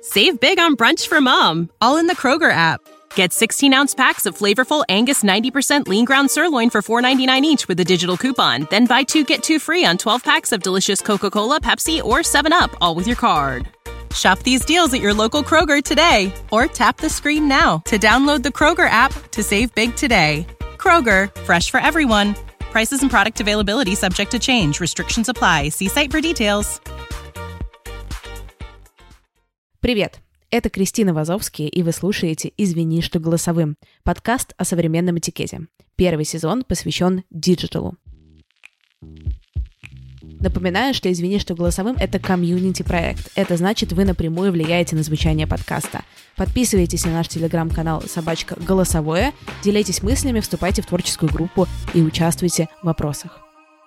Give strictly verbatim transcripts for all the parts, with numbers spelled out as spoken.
Save big on brunch for mom, all in the Kroger app. Get sixteen-ounce packs of flavorful Angus ninety percent lean ground sirloin for four ninety-nine each with a digital coupon. Then buy two, get two free on twelve packs of delicious Coca-Cola, Pepsi, or seven up, all with your card. Shop these deals at your local Kroger today, or tap the screen now to download the Kroger app to save big today. Kroger, fresh for everyone. Prices and product availability subject to change. Restrictions apply. See site for details. Привет! Это Кристина Вазовский, и вы слушаете «Извини, что голосовым» — подкаст о современном этикете. Первый сезон посвящен диджиталу. Напоминаю, что «Извини, что голосовым» — это комьюнити-проект. Это значит, вы напрямую влияете на звучание подкаста. Подписывайтесь на наш телеграм-канал «Собачка Голосовое», делитесь мыслями, вступайте в творческую группу и участвуйте в вопросах.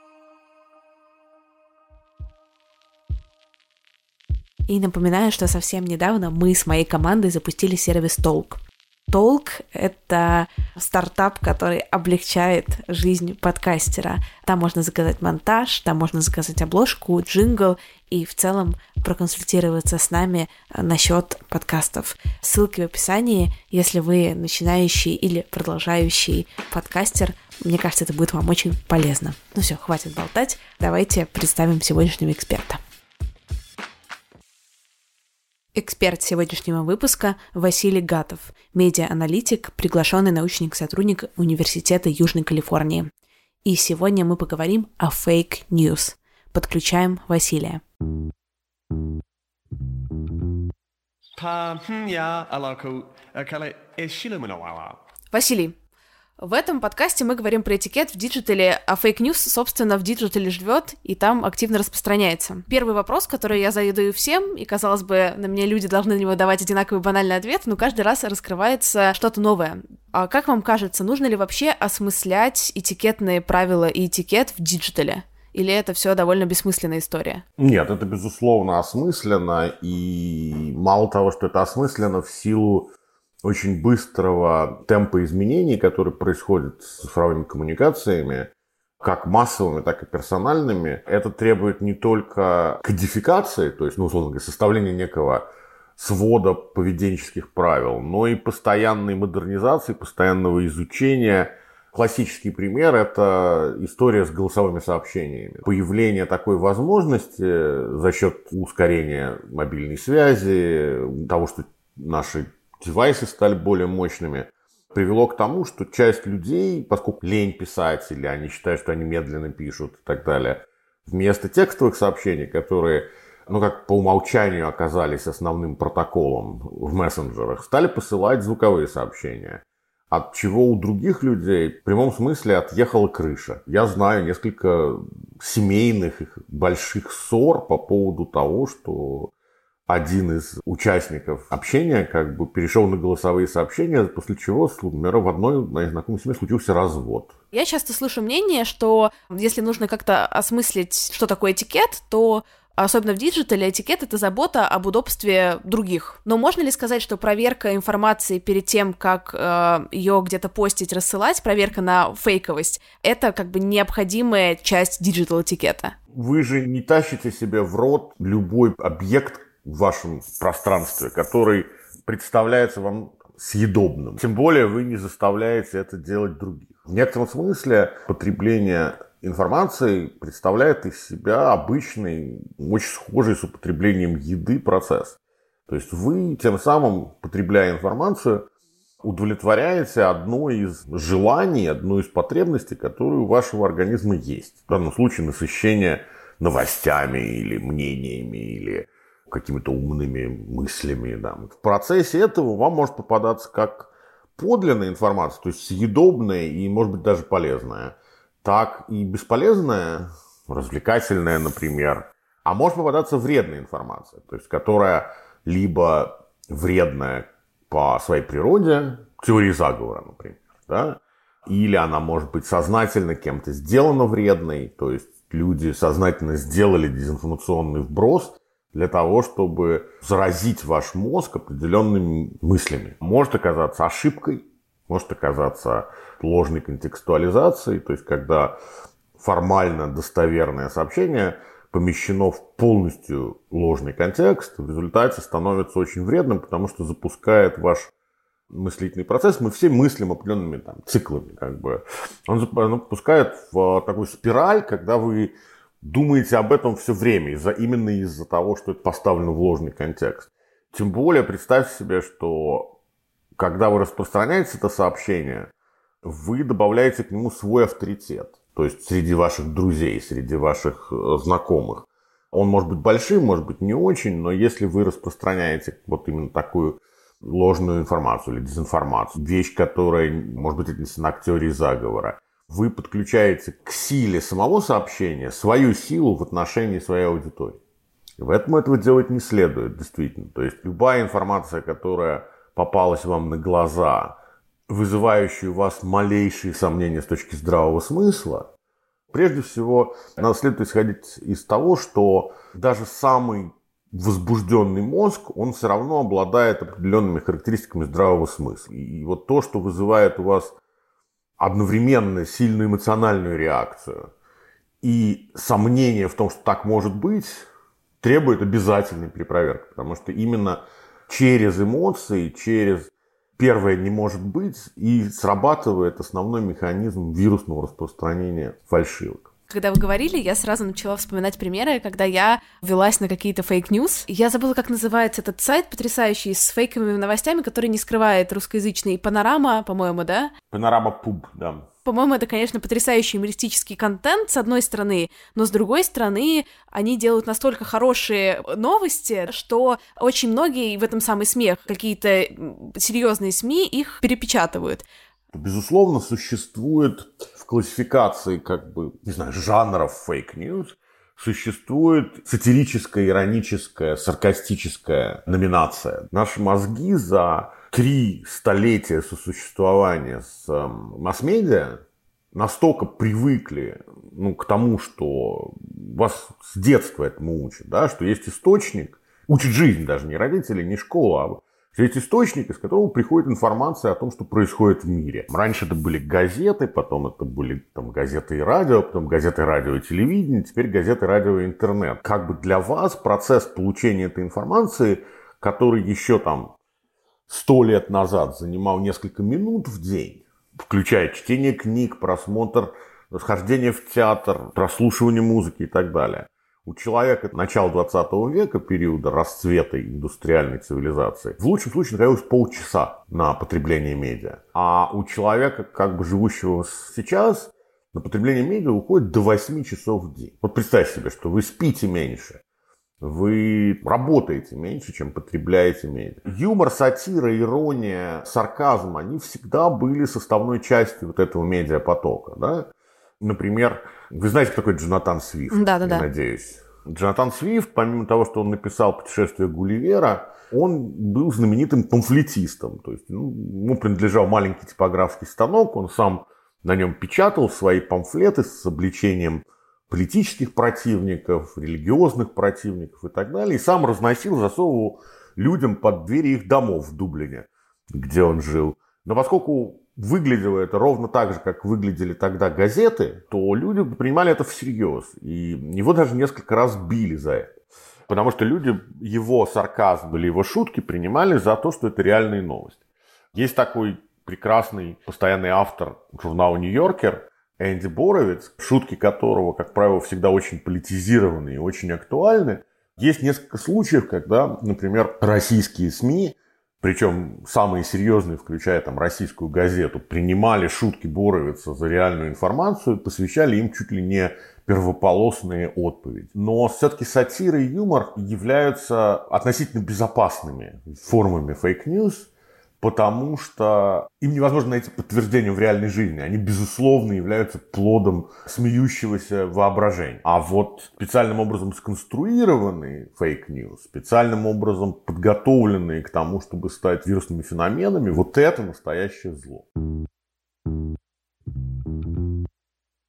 И напоминаю, что совсем недавно мы с моей командой запустили сервис Толк. Толк — это стартап, который облегчает жизнь подкастера. Там можно заказать монтаж, там можно заказать обложку, джингл и в целом проконсультироваться с нами насчет подкастов. Ссылки в описании. Если вы начинающий или продолжающий подкастер, мне кажется, это будет вам очень полезно. Ну все, хватит болтать. Давайте представим сегодняшнего эксперта. Эксперт сегодняшнего выпуска Василий Гатов, медиа-аналитик, приглашенный научный сотрудник Университета Южной Калифорнии. И сегодня мы поговорим о фейк-ньюс. Подключаем Василия. Василий, в этом подкасте мы говорим про этикет в диджитале, а фейк-ньюс, собственно, в диджитале живет и там активно распространяется. Первый вопрос, который я задаю всем, и, казалось бы, на меня люди должны на него давать одинаковый банальный ответ, но каждый раз раскрывается что-то новое. А как вам кажется, нужно ли вообще осмыслять этикетные правила и этикет в диджитале? Или это все довольно бессмысленная история? Нет, это, безусловно, осмысленно, и мало того, что это осмысленно в силу очень быстрого темпа изменений, которые происходят с цифровыми коммуникациями, как массовыми, так и персональными, это требует не только кодификации, то есть, ну, условно говоря, составления некого свода поведенческих правил, но и постоянной модернизации, постоянного изучения. Классический пример – это история с голосовыми сообщениями. Появление такой возможности за счет ускорения мобильной связи, того, что наши девайсы стали более мощными, привело к тому, что часть людей, поскольку лень писать, или они считают, что они медленно пишут и так далее, вместо текстовых сообщений, которые, ну, как по умолчанию оказались основным протоколом в мессенджерах, стали посылать звуковые сообщения. От чего у других людей в прямом смысле отъехала крыша. Я знаю несколько семейных больших ссор по поводу того, что один из участников общения как бы перешел на голосовые сообщения, после чего, например, в одной моей знакомой семье случился развод. Я часто слышу мнение, что если нужно как-то осмыслить, что такое этикет, то особенно в диджитале этикет — это забота об удобстве других. Но можно ли сказать, что проверка информации перед тем, как э, ее где-то постить, рассылать, проверка на фейковость, это как бы необходимая часть диджитал-этикета? Вы же не тащите себе в рот любой объект в вашем пространстве, который представляется вам съедобным. Тем более вы не заставляете это делать других. В некотором смысле потребление информации представляет из себя обычный, очень схожий с употреблением еды процесс. То есть вы тем самым, потребляя информацию, удовлетворяете одно из желаний, одну из потребностей, которые у вашего организма есть. В данном случае насыщение новостями или мнениями, или какими-то умными мыслями. Да. В процессе этого вам может попадаться как подлинная информация, то есть съедобная и, может быть, даже полезная, так и бесполезная, развлекательная, например. А может попадаться вредная информация, то есть которая либо вредная по своей природе, теории заговора, например, да, или она может быть сознательно кем-то сделана вредной, то есть люди сознательно сделали дезинформационный вброс для того, чтобы заразить ваш мозг определенными мыслями. Может оказаться ошибкой, может оказаться ложной контекстуализацией, то есть когда формально достоверное сообщение помещено в полностью ложный контекст, в результате становится очень вредным, потому что запускает ваш мыслительный процесс. Мы все мыслим определенными там, циклами. Как бы. Он запускает в такую спираль, когда вы думаете об этом все время, из-за, именно из-за того, что это поставлено в ложный контекст. Тем более, представьте себе, что когда вы распространяете это сообщение, вы добавляете к нему свой авторитет. То есть среди ваших друзей, среди ваших знакомых. Он может быть большим, может быть не очень, но если вы распространяете вот именно такую ложную информацию или дезинформацию, вещь, которая может быть отнесена к теории заговора, вы подключаете к силе самого сообщения свою силу в отношении своей аудитории. И поэтому этого делать не следует, действительно. То есть любая информация, которая попалась вам на глаза, вызывающая у вас малейшие сомнения с точки здравого смысла, прежде всего, надо следует исходить из того, что даже самый возбужденный мозг, он все равно обладает определенными характеристиками здравого смысла. И вот то, что вызывает у вас одновременно сильную эмоциональную реакцию и сомнение в том, что так может быть, требует обязательной перепроверки. Потому что именно через эмоции, через первое не может быть, и срабатывает основной механизм вирусного распространения фальшивок. Когда вы говорили, я сразу начала вспоминать примеры, когда я велась на какие-то фейк-ньюс. Я забыла, как называется этот сайт потрясающий, с фейковыми новостями, который не скрывает русскоязычный. Панорама, по-моему, да? Панорама Пуб, да. По-моему, это, конечно, потрясающий юмористический контент, с одной стороны, но с другой стороны, они делают настолько хорошие новости, что очень многие, в этом самый смех, какие-то серьезные СМИ их перепечатывают. Безусловно, существует в классификации, как бы, не знаю, жанров фейк-ньюс, существует сатирическая, ироническая, саркастическая номинация. Наши мозги за три столетия сосуществования с э, масс-медиа настолько привыкли ну, к тому, что вас с детства этому учат, да, что есть источник, учит жизнь даже, не родители, не школа, а есть источник, из которого приходит информация о том, что происходит в мире. Раньше это были газеты, потом это были там, газеты и радио, потом газеты, радио и телевидение, теперь газеты, радио и интернет. Как бы для вас процесс получения этой информации, который еще там сто лет назад занимал несколько минут в день, включая чтение книг, просмотр, схождение в театр, прослушивание музыки и так далее. У человека начала двадцатого века, периода расцвета индустриальной цивилизации, в лучшем случае находилось полчаса на потребление медиа. А у человека, как бы живущего сейчас, на потребление медиа уходит до восьми часов в день. Вот представьте себе, что вы спите меньше, вы работаете меньше, чем потребляете медиа. Юмор, сатира, ирония, сарказм, они всегда были составной частью вот этого медиапотока, да? Например, вы знаете, кто такой Джонатан Свифт? Да, да, я да. надеюсь. Джонатан Свифт, помимо того, что он написал «Путешествие Гулливера», он был знаменитым памфлетистом. То есть ну, ему принадлежал маленький типографский станок, он сам на нем печатал свои памфлеты с обличением политических противников, религиозных противников и так далее, и сам разносил, засовывал людям под двери их домов в Дублине, где он жил. Но поскольку выглядело это ровно так же, как выглядели тогда газеты, то люди принимали это всерьез. И его даже несколько раз били за это. Потому что люди его сарказм или его шутки принимали за то, что это реальные новости. Есть такой прекрасный постоянный автор журнала «Нью-Йоркер» Энди Боровиц, шутки которого, как правило, всегда очень политизированы и очень актуальны. Есть несколько случаев, когда, например, российские СМИ, причем самые серьезные, включая там российскую газету, принимали шутки Боровица за реальную информацию, посвящали им чуть ли не первополосные отповеди. Но все-таки сатира и юмор являются относительно безопасными формами фейк-ньюс, потому что им невозможно найти подтверждение в реальной жизни. Они, безусловно, являются плодом смеющегося воображения. А вот специальным образом сконструированные фейк-ньюс, специальным образом подготовленные к тому, чтобы стать вирусными феноменами, вот это настоящее зло.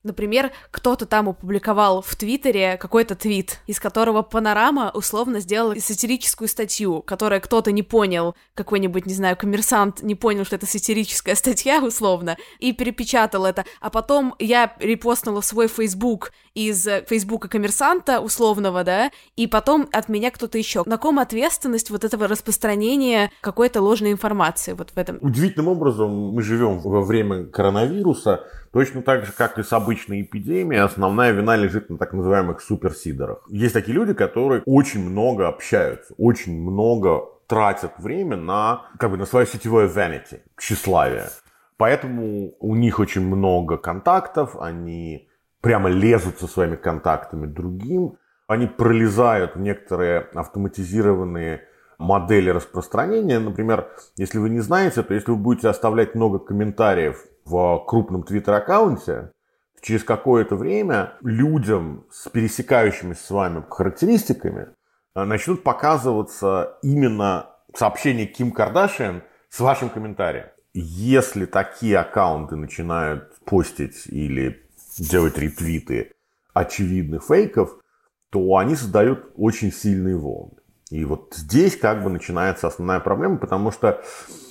Например, кто-то там опубликовал в Твиттере какой-то твит, из которого Панорама условно сделала сатирическую статью, которую кто-то не понял, какой-нибудь, не знаю, коммерсант не понял, что это сатирическая статья, условно, и перепечатал это. А потом я репостнула в свой Фейсбук из Фейсбука коммерсанта условного, да, и потом от меня кто-то еще. На ком ответственность вот этого распространения какой-то ложной информации вот в этом? Удивительным образом мы живем во время коронавируса, точно так же, как и с обычной эпидемией, основная вина лежит на так называемых суперсидерах. Есть такие люди, которые очень много общаются, очень много тратят время на, как бы, на свое сетевое vanity, тщеславие. Поэтому у них очень много контактов, они прямо лезут со своими контактами другим, они пролезают в некоторые автоматизированные модели распространения. Например, если вы не знаете, то если вы будете оставлять много комментариев в крупном твиттер-аккаунте, через какое-то время людям с пересекающимися с вами характеристиками начнут показываться именно сообщения Ким Кардашьян с вашим комментарием. Если такие аккаунты начинают постить или делать ретвиты очевидных фейков, то они создают очень сильные волны. И вот здесь как бы начинается основная проблема, потому что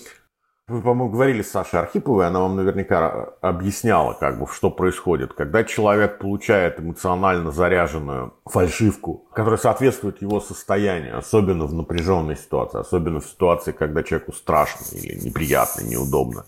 вы, по-моему, говорили с Сашей Архиповой, она вам наверняка объясняла, как бы, что происходит. Когда человек получает эмоционально заряженную фальшивку, которая соответствует его состоянию, особенно в напряженной ситуации, особенно в ситуации, когда человеку страшно или неприятно, неудобно,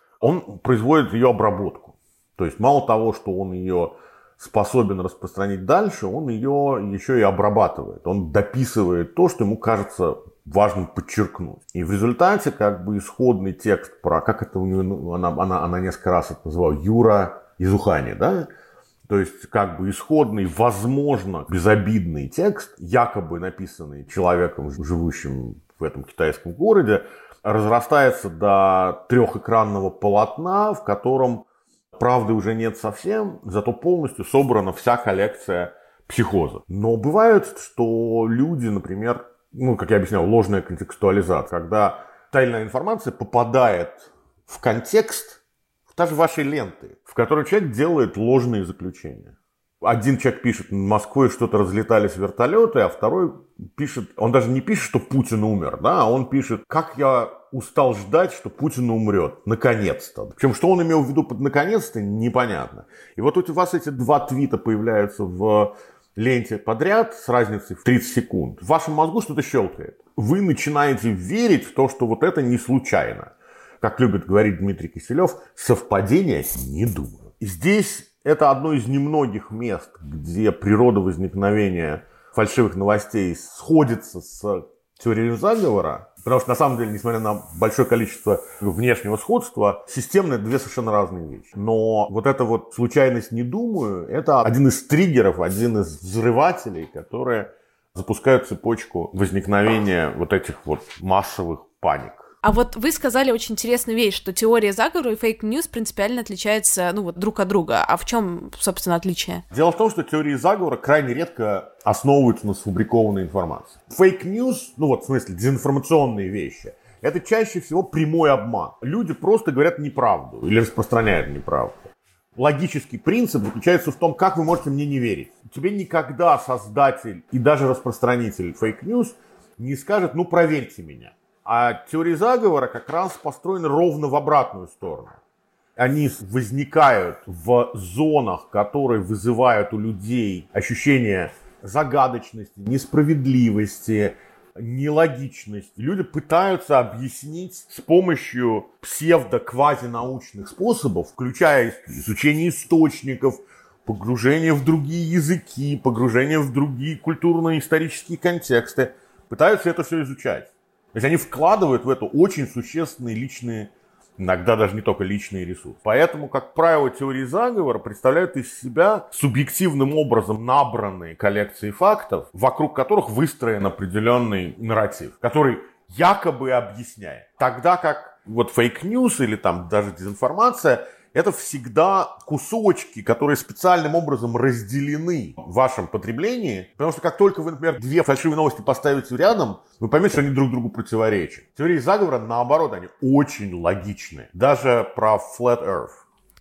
он производит ее обработку. То есть мало того, что он ее способен распространить дальше, он ее еще и обрабатывает. Он дописывает то, что ему кажется важным подчеркнуть. И в результате как бы исходный текст про, как это у нее, она, она, она несколько раз это называла, Юра Изухани, да? То есть как бы исходный, возможно, безобидный текст, якобы написанный человеком, живущим в этом китайском городе, разрастается до трехэкранного полотна, в котором правды уже нет совсем, зато полностью собрана вся коллекция психоза. Но бывает, что люди, например, ну, как я объяснял, ложная контекстуализация, когда тайная информация попадает в контекст даже вашей ленты, в которой человек делает ложные заключения. Один человек пишет, в Москве что-то разлетались вертолеты, а второй пишет, он даже не пишет, что Путин умер, да, а он пишет, как я устал ждать, что Путин умрет, наконец-то. Причем, что он имел в виду под наконец-то, непонятно. И вот у вас эти два твита появляются в ленте подряд с разницей в тридцать секунд. В вашем мозгу что-то щелкает. Вы начинаете верить в то, что вот это не случайно. Как любит говорить Дмитрий Киселев, совпадения не думаю. И здесь это одно из немногих мест, где природа возникновения фальшивых новостей сходится с теорией заговора. Потому что, на самом деле, несмотря на большое количество внешнего сходства, системно это две совершенно разные вещи. Но вот эта вот случайность «не думаю» — это один из триггеров, один из взрывателей, которые запускают цепочку возникновения вот этих вот массовых паник. А вот вы сказали очень интересную вещь, что теория заговора и фейк-ньюс принципиально отличаются, ну вот, друг от друга. А в чем, собственно, отличие? Дело в том, что теории заговора крайне редко основываются на сфабрикованной информации. Фейк-ньюс, ну вот, в смысле, дезинформационные вещи, это чаще всего прямой обман. Люди просто говорят неправду или распространяют неправду. Логический принцип заключается в том, как вы можете мне не верить. Тебе никогда создатель и даже распространитель фейк-ньюс не скажет, ну проверьте меня. А теории заговора как раз построены ровно в обратную сторону. Они возникают в зонах, которые вызывают у людей ощущение загадочности, несправедливости, нелогичности. Люди пытаются объяснить с помощью псевдо-квазинаучных способов, включая изучение источников, погружение в другие языки, погружение в другие культурно-исторические контексты. Пытаются это все изучать. То есть они вкладывают в это очень существенные личные, иногда даже не только личные ресурсы. Поэтому, как правило, теории заговора представляют из себя субъективным образом набранные коллекции фактов, вокруг которых выстроен определенный нарратив, который якобы объясняет. Тогда как вот фейк-ньюс или там даже дезинформация — это всегда кусочки, которые специальным образом разделены в вашем потреблении. Потому что как только вы, например, две фальшивые новости поставите рядом, вы поймете, что они друг другу противоречат. Теории заговора, наоборот, они очень логичны. Даже про Flat Earth.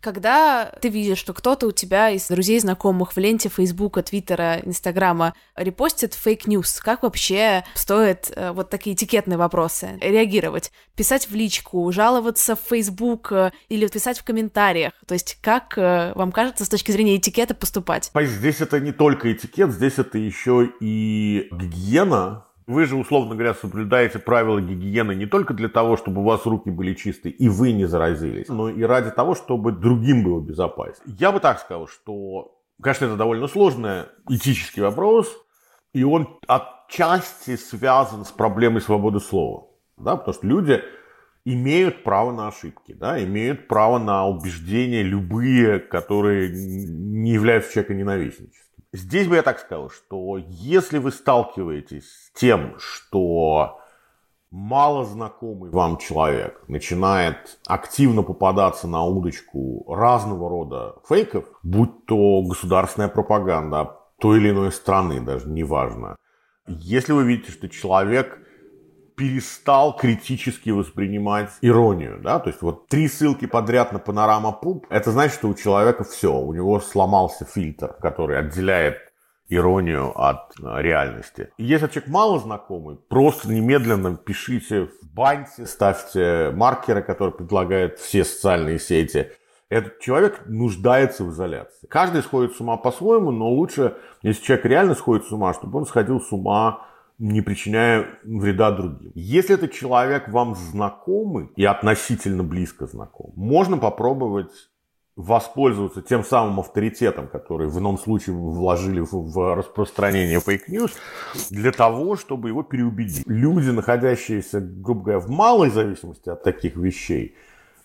Когда ты видишь, что кто-то у тебя из друзей, знакомых в ленте Фейсбука, Твиттера, Инстаграма репостит фейк-ньюс, как вообще стоит э, вот такие этикетные вопросы реагировать? Писать в личку, жаловаться в Фейсбук э, или писать в комментариях? То есть как э, вам кажется с точки зрения этикета поступать? Здесь это не только этикет, здесь это еще и гигиена. Вы же, условно говоря, соблюдаете правила гигиены не только для того, чтобы у вас руки были чистые и вы не заразились, но и ради того, чтобы другим было безопасно. Я бы так сказал, что, конечно, это довольно сложный этический вопрос, и он отчасти связан с проблемой свободы слова. Да? Потому что люди имеют право на ошибки, да? Имеют право на убеждения любые, которые не являются человеконенавистническими. Здесь бы я так сказал, что если вы сталкиваетесь с тем, что малознакомый вам человек начинает активно попадаться на удочку разного рода фейков, будь то государственная пропаганда той или иной страны, даже неважно, если вы видите, что человек перестал критически воспринимать иронию, да, то есть вот три ссылки подряд на Панорама Пуб, это значит, что у человека все, у него сломался фильтр, который отделяет иронию от реальности. И если человек мало знакомый, просто немедленно пишите в банте, ставьте маркеры, которые предлагают все социальные сети. Этот человек нуждается в изоляции. Каждый сходит с ума по-своему, но лучше, если человек реально сходит с ума, чтобы он сходил с ума, не причиняя вреда другим. Если этот человек вам знакомый и относительно близко знаком, можно попробовать воспользоваться тем самым авторитетом, который в ином случае вы вложили в распространение фейк-ньюс, для того, чтобы его переубедить. Люди, находящиеся, грубо говоря, в малой зависимости от таких вещей,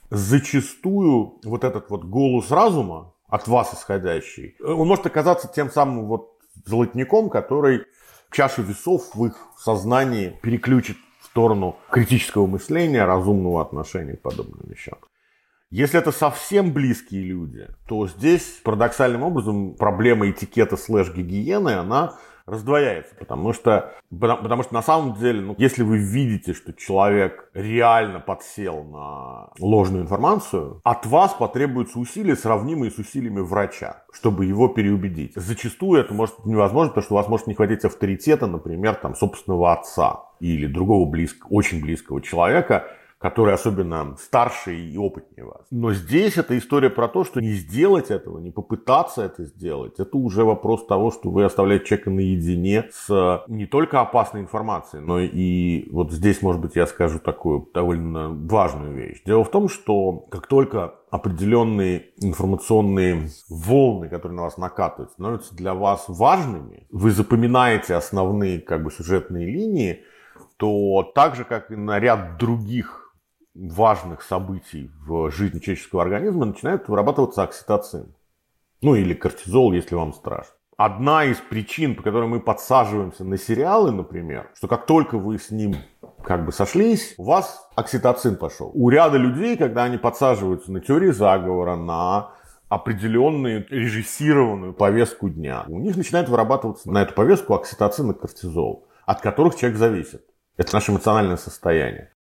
зачастую вот этот вот голос разума, от вас исходящий, он может оказаться тем самым вот золотником, который чашу весов в их сознании переключит в сторону критического мышления, разумного отношения к подобным вещам. Если это совсем близкие люди, то здесь парадоксальным образом проблема этикета слэш-гигиены, она раздвояется. Потому что, потому что на самом деле, ну, если вы видите, что человек реально подсел на ложную информацию, от вас потребуются усилия, сравнимые с усилиями врача, чтобы его переубедить. Зачастую это может быть невозможно, потому что у вас может не хватить авторитета, например, там, собственного отца или другого близкого, очень близкого человека, который особенно старше и опытнее вас. Но здесь это история про то, что не сделать этого, не попытаться это сделать, это уже вопрос того, что вы оставляете человека наедине с не только опасной информацией, но и вот здесь, может быть, я скажу такую довольно важную вещь. Дело в том, что как только определенные информационные волны, которые на вас накатывают, становятся для вас важными, вы запоминаете основные как бы сюжетные линии, то так же, как и на ряд других важных событий в жизни человеческого организма, начинает вырабатываться окситоцин. Ну или кортизол, если вам страшно. Одна из причин, по которой мы подсаживаемся на сериалы, например, что как только вы с ним как бы сошлись, у вас окситоцин пошел. У ряда людей, когда они подсаживаются на теории заговора, на определенную режиссированную повестку дня, у них начинает вырабатываться на эту повестку окситоцин и кортизол, от которых человек зависит. Это наше эмоциональное состояние.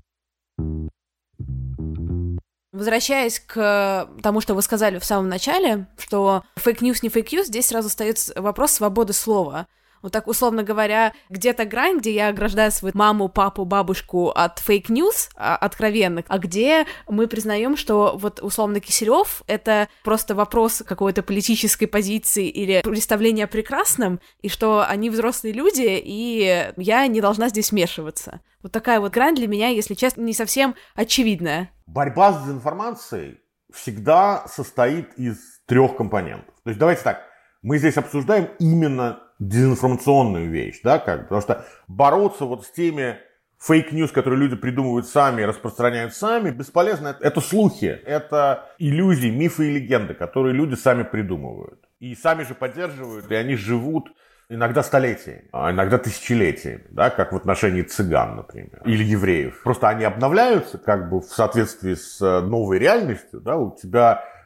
Возвращаясь к тому, что вы сказали в самом начале, что фейк-ньюс не фейк-ньюс, здесь сразу встает вопрос свободы слова. Вот так, условно говоря, где-то грань, где я ограждаю свою маму, папу, бабушку от фейк-ньюс откровенных, а где мы признаем, что вот условно Киселёв — это просто вопрос какой-то политической позиции или представления о прекрасном, и что они взрослые люди, и я не должна здесь вмешиваться. Вот такая вот грань для меня, если честно, не совсем очевидная. Борьба с дезинформацией всегда состоит из трех компонентов. То есть давайте так, мы здесь обсуждаем именно дезинформационную вещь, да, как, потому что бороться вот с теми фейк-ньюс, которые люди придумывают сами, распространяют сами, бесполезно. Это слухи, это иллюзии, мифы и легенды, которые люди сами придумывают. И сами же поддерживают, и они живут иногда столетиями, а иногда тысячелетиями, да, как в отношении цыган, например, или евреев. Просто они обновляются как бы в соответствии с новой реальностью, да, у тебя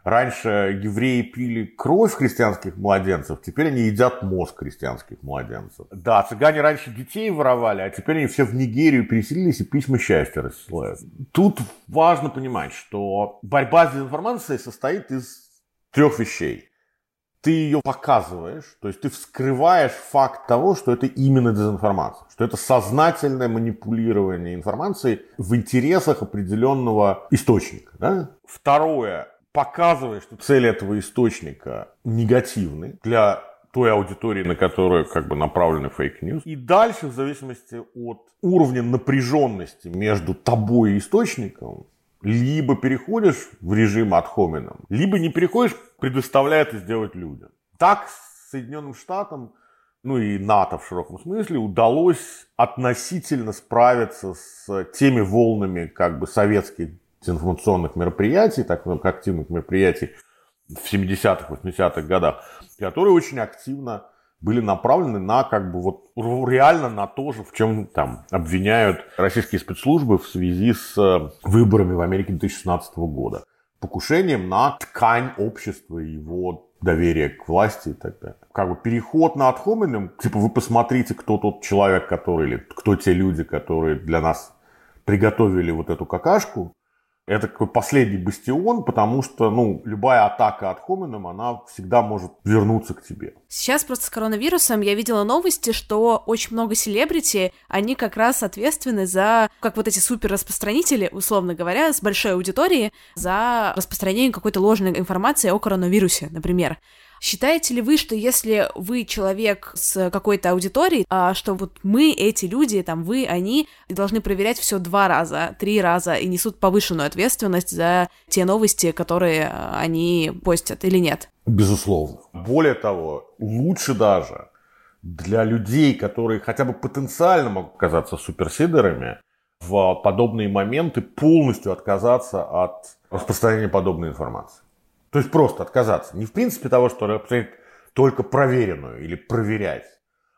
раньше евреи пили кровь христианских младенцев, теперь они едят мозг христианских младенцев. Да, цыгане раньше детей воровали, а теперь они все в Нигерию переселились и письма счастья рассылают. Тут важно понимать, что борьба с дезинформацией состоит из трех вещей. Ты ее показываешь, то есть ты вскрываешь факт того, что это именно дезинформация, что это сознательное манипулирование информацией в интересах определенного источника. Да? Второе, показываешь, что цели этого источника негативны для той аудитории, на которую как бы направлены фейк-ньюс. И дальше, в зависимости от уровня напряженности между тобой и источником, либо переходишь в режим ad hominem, либо не переходишь, предоставляя это сделать людям. Так Соединенным Штатам, ну и НАТО в широком смысле, удалось относительно справиться с теми волнами как бы советских информационных мероприятий, так называемых активных мероприятий в семидесятых, восьмидесятых годах, которые очень активно были направлены на как бы вот реально на то же, в чем там обвиняют российские спецслужбы в связи с выборами в Америке две тысячи шестнадцатого года. Покушением на ткань общества и его доверие к власти и так далее. Как бы переход на ad hominem, типа вы посмотрите, кто тот человек, который, или кто те люди, которые для нас приготовили вот эту какашку. Это какой последний бастион, потому что, ну, любая атака ad hominem, она всегда может вернуться к тебе. Сейчас просто с коронавирусом я видела новости, что очень много селебрити, они как раз ответственны за, как вот эти суперраспространители, условно говоря, с большой аудиторией, за распространение какой-то ложной информации о коронавирусе, например. Считаете ли вы, что если вы человек с какой-то аудиторией, а что вот мы, эти люди, там вы, они, должны проверять все два раза, три раза и несут повышенную ответственность за те новости, которые они постят, или нет? Безусловно. Более того, лучше даже для людей, которые хотя бы потенциально могут оказаться суперсидерами, в подобные моменты полностью отказаться от распространения подобной информации. То есть просто отказаться. Не в принципе того, что распространять только проверенную или проверять,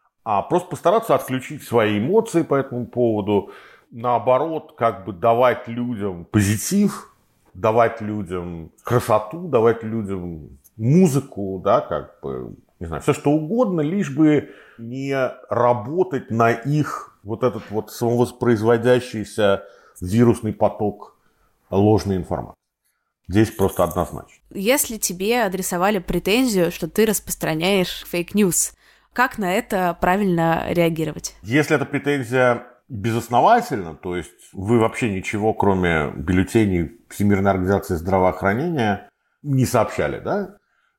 а просто постараться отключить свои эмоции по этому поводу. Наоборот, как бы давать людям позитив, давать людям красоту, давать людям музыку, да, как бы, не знаю, все что угодно, лишь бы не работать на их вот этот вот самовоспроизводящийся вирусный поток ложной информации. Здесь просто однозначно. Если тебе адресовали претензию, что ты распространяешь фейк-ньюс, как на это правильно реагировать? Если эта претензия безосновательна, то есть вы вообще ничего, кроме бюллетеней Всемирной организации здравоохранения, не сообщали, да,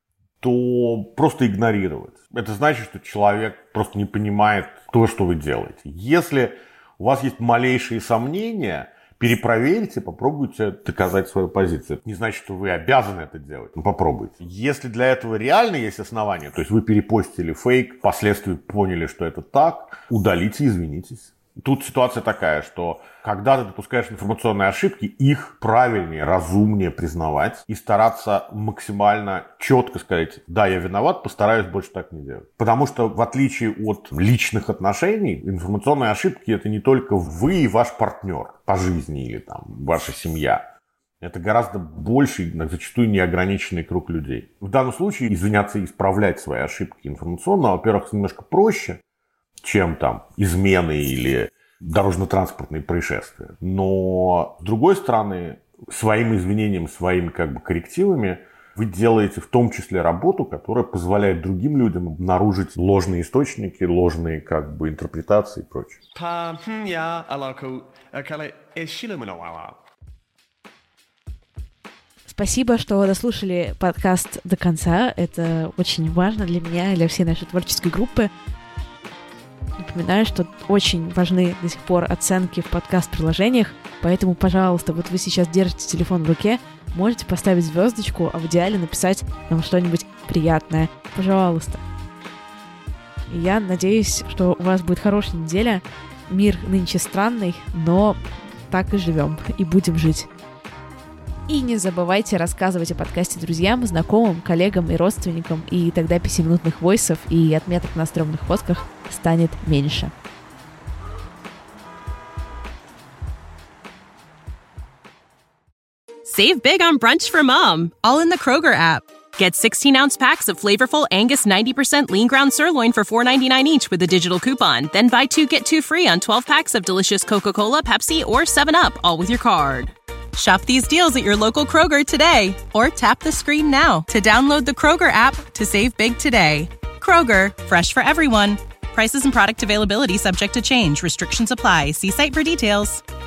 то просто игнорировать. Это значит, что человек просто не понимает то, что вы делаете. Если у вас есть малейшие сомнения, перепроверьте, попробуйте доказать свою позицию. Это не значит, что вы обязаны это делать, но попробуйте. Если для этого реально есть основания, то есть вы перепостили фейк, впоследствии поняли, что это так, удалите, извинитесь. Тут ситуация такая, что когда ты допускаешь информационные ошибки, их правильнее, разумнее признавать и стараться максимально четко сказать: да, я виноват, постараюсь больше так не делать. Потому что в отличие от личных отношений, информационные ошибки — это не только вы и ваш партнер по жизни или там ваша семья. Это гораздо больший, зачастую неограниченный круг людей. В данном случае извиняться и исправлять свои ошибки информационно, во-первых, немножко проще, чем там измены или дорожно-транспортные происшествия. Но, с другой стороны, своим извинением, своими как бы коррективами вы делаете в том числе работу, которая позволяет другим людям обнаружить ложные источники, ложные как бы интерпретации и прочее. Спасибо, что дослушали подкаст до конца. Это очень важно для меня и для всей нашей творческой группы. Напоминаю, что очень важны до сих пор оценки в подкаст-приложениях, поэтому, пожалуйста, вот вы сейчас держите телефон в руке, можете поставить звездочку, а в идеале написать нам что-нибудь приятное. Пожалуйста. И я надеюсь, что у вас будет хорошая неделя. Мир нынче странный, но так и живем, и будем жить. И не забывайте рассказывать о подкасте друзьям, знакомым, коллегам и родственникам, и тогда пятиминутных войсов и отметок на стрёмных фотках станет меньше. Save big on brunch for mom, all in the Kroger app. Get sixteen-ounce packs of flavorful Angus ninety percent lean ground sirloin for four ninety-nine each with a digital coupon. Then buy two, get two free on twelve packs of delicious Coca-Cola, Pepsi, or seven up, all with your card. Shop these deals at your local Kroger today, or tap the screen now to download the Kroger app to save big today. Kroger, fresh for everyone. Prices and product availability subject to change. Restrictions apply. See site for details.